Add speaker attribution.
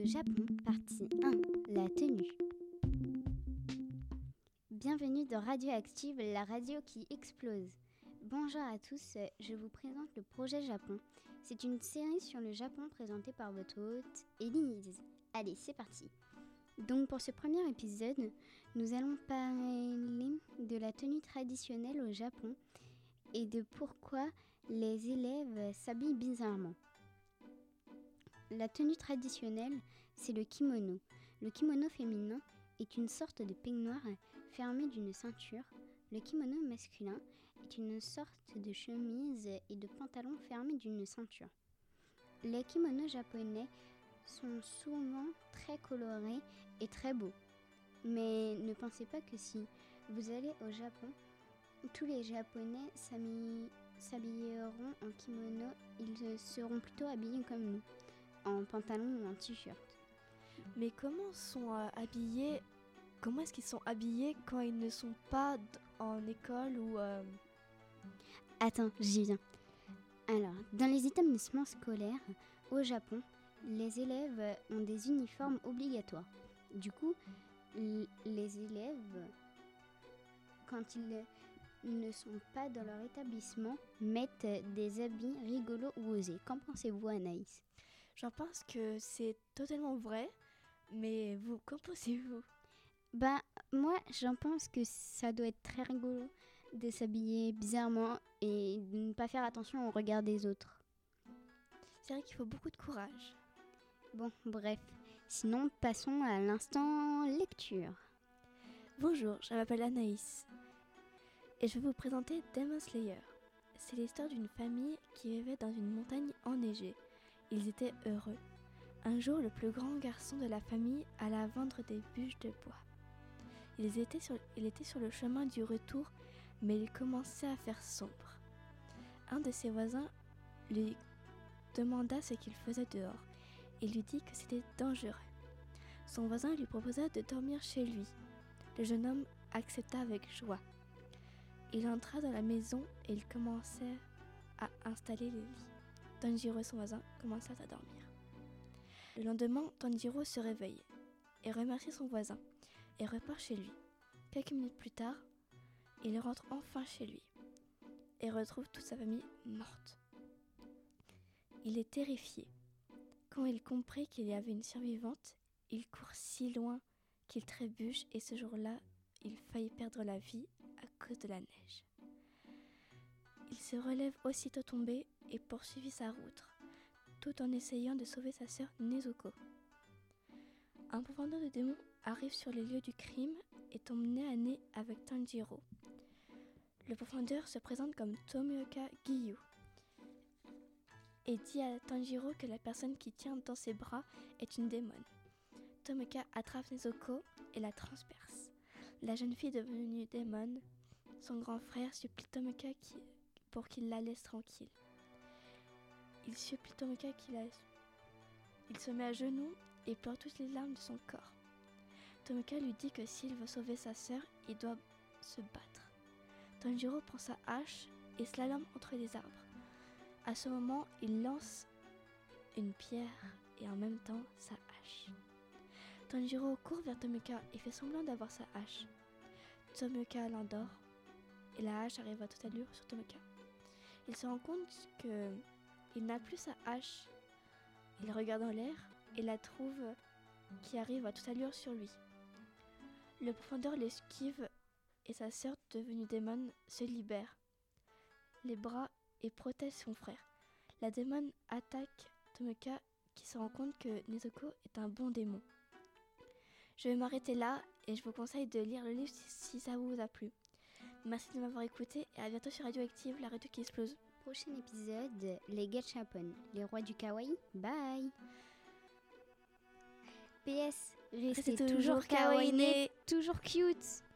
Speaker 1: Le Japon, partie 1, la tenue. Bienvenue dans Radioactive, la radio qui explose. Bonjour à tous, je vous présente le projet Japon. C'est une série sur le Japon présentée par votre hôte, Élise. Allez, c'est parti. Donc pour ce premier épisode, nous allons parler de la tenue traditionnelle au Japon et de pourquoi les élèves s'habillent bizarrement. La tenue traditionnelle, c'est le kimono. Le kimono féminin est une sorte de peignoir fermé d'une ceinture. Le kimono masculin est une sorte de chemise et de pantalon fermé d'une ceinture. Les kimonos japonais sont souvent très colorés et très beaux. Mais ne pensez pas que si vous allez au Japon, tous les Japonais s'habilleront en kimono. Ils seront plutôt habillés comme nous, en pantalon ou en t-shirt.
Speaker 2: Mais comment est-ce qu'ils sont habillés quand ils ne sont pas en école ou
Speaker 1: Attends, j'y viens. Alors, dans les établissements scolaires au Japon, les élèves ont des uniformes obligatoires. Du coup, les élèves, quand ils ne sont pas dans leur établissement, mettent des habits rigolos ou osés. Qu'en pensez-vous, Anaïs ?
Speaker 2: J'en pense que c'est totalement vrai, mais vous, qu'en pensez-vous ?
Speaker 1: Moi, j'en pense que ça doit être très rigolo de s'habiller bizarrement et de ne pas faire attention au regard des autres.
Speaker 2: C'est vrai qu'il faut beaucoup de courage.
Speaker 1: Bon, bref. Sinon, passons à l'instant lecture.
Speaker 2: Bonjour, je m'appelle Anaïs et je vais vous présenter Demon Slayer. C'est l'histoire d'une famille qui vivait dans une montagne enneigée. Ils étaient heureux. Un jour, le plus grand garçon de la famille alla vendre des bûches de bois. Il était sur le chemin du retour, mais il commençait à faire sombre. Un de ses voisins lui demanda ce qu'il faisait dehors et lui dit que c'était dangereux. Son voisin lui proposa de dormir chez lui. Le jeune homme accepta avec joie. Il entra dans la maison et il commençait à installer les lits. Tanjiro et son voisin commençaient à dormir. Le lendemain, Tanjiro se réveille et remercie son voisin et repart chez lui. Quelques minutes plus tard, il rentre enfin chez lui et retrouve toute sa famille morte. Il est terrifié. Quand il comprit qu'il y avait une survivante, il court si loin qu'il trébuche et ce jour-là, il faillit perdre la vie à cause de la neige. Il se relève aussitôt tombé et poursuivit sa route, tout en essayant de sauver sa sœur Nezuko. Un profondeur de démons arrive sur les lieux du crime et tombe nez à nez avec Tanjiro. Le profondeur se présente comme Tomioka Giyu et dit à Tanjiro que la personne qui tient dans ses bras est une démone. Tomioka attrape Nezuko et la transperce. La jeune fille devenue démone, son grand frère supplie Tomioka pour qu'il la laisse tranquille. Il supplie Tomioka Il se met à genoux et pleure toutes les larmes de son corps. Tomioka lui dit que s'il veut sauver sa sœur, il doit se battre. Tanjiro prend sa hache et slalome entre les arbres. À ce moment, il lance une pierre et en même temps sa hache. Tanjiro court vers Tomioka et fait semblant d'avoir sa hache. Tomioka l'endort et la hache arrive à toute allure sur Tomioka. Il se rend compte qu'il n'a plus sa hache. Il regarde en l'air et la trouve qui arrive à toute allure sur lui. Le profondeur l'esquive et sa sœur devenue démon se libère les bras et protège son frère. La démon attaque Tomioka qui se rend compte que Nezuko est un bon démon. Je vais m'arrêter là et je vous conseille de lire le livre si ça vous a plu. Merci de m'avoir écouté et à bientôt sur Radioactive, la radio qui explose.
Speaker 1: Prochain épisode, les Gachapon, les rois du kawaii. Bye. PS, restez toujours kawaii, toujours cute.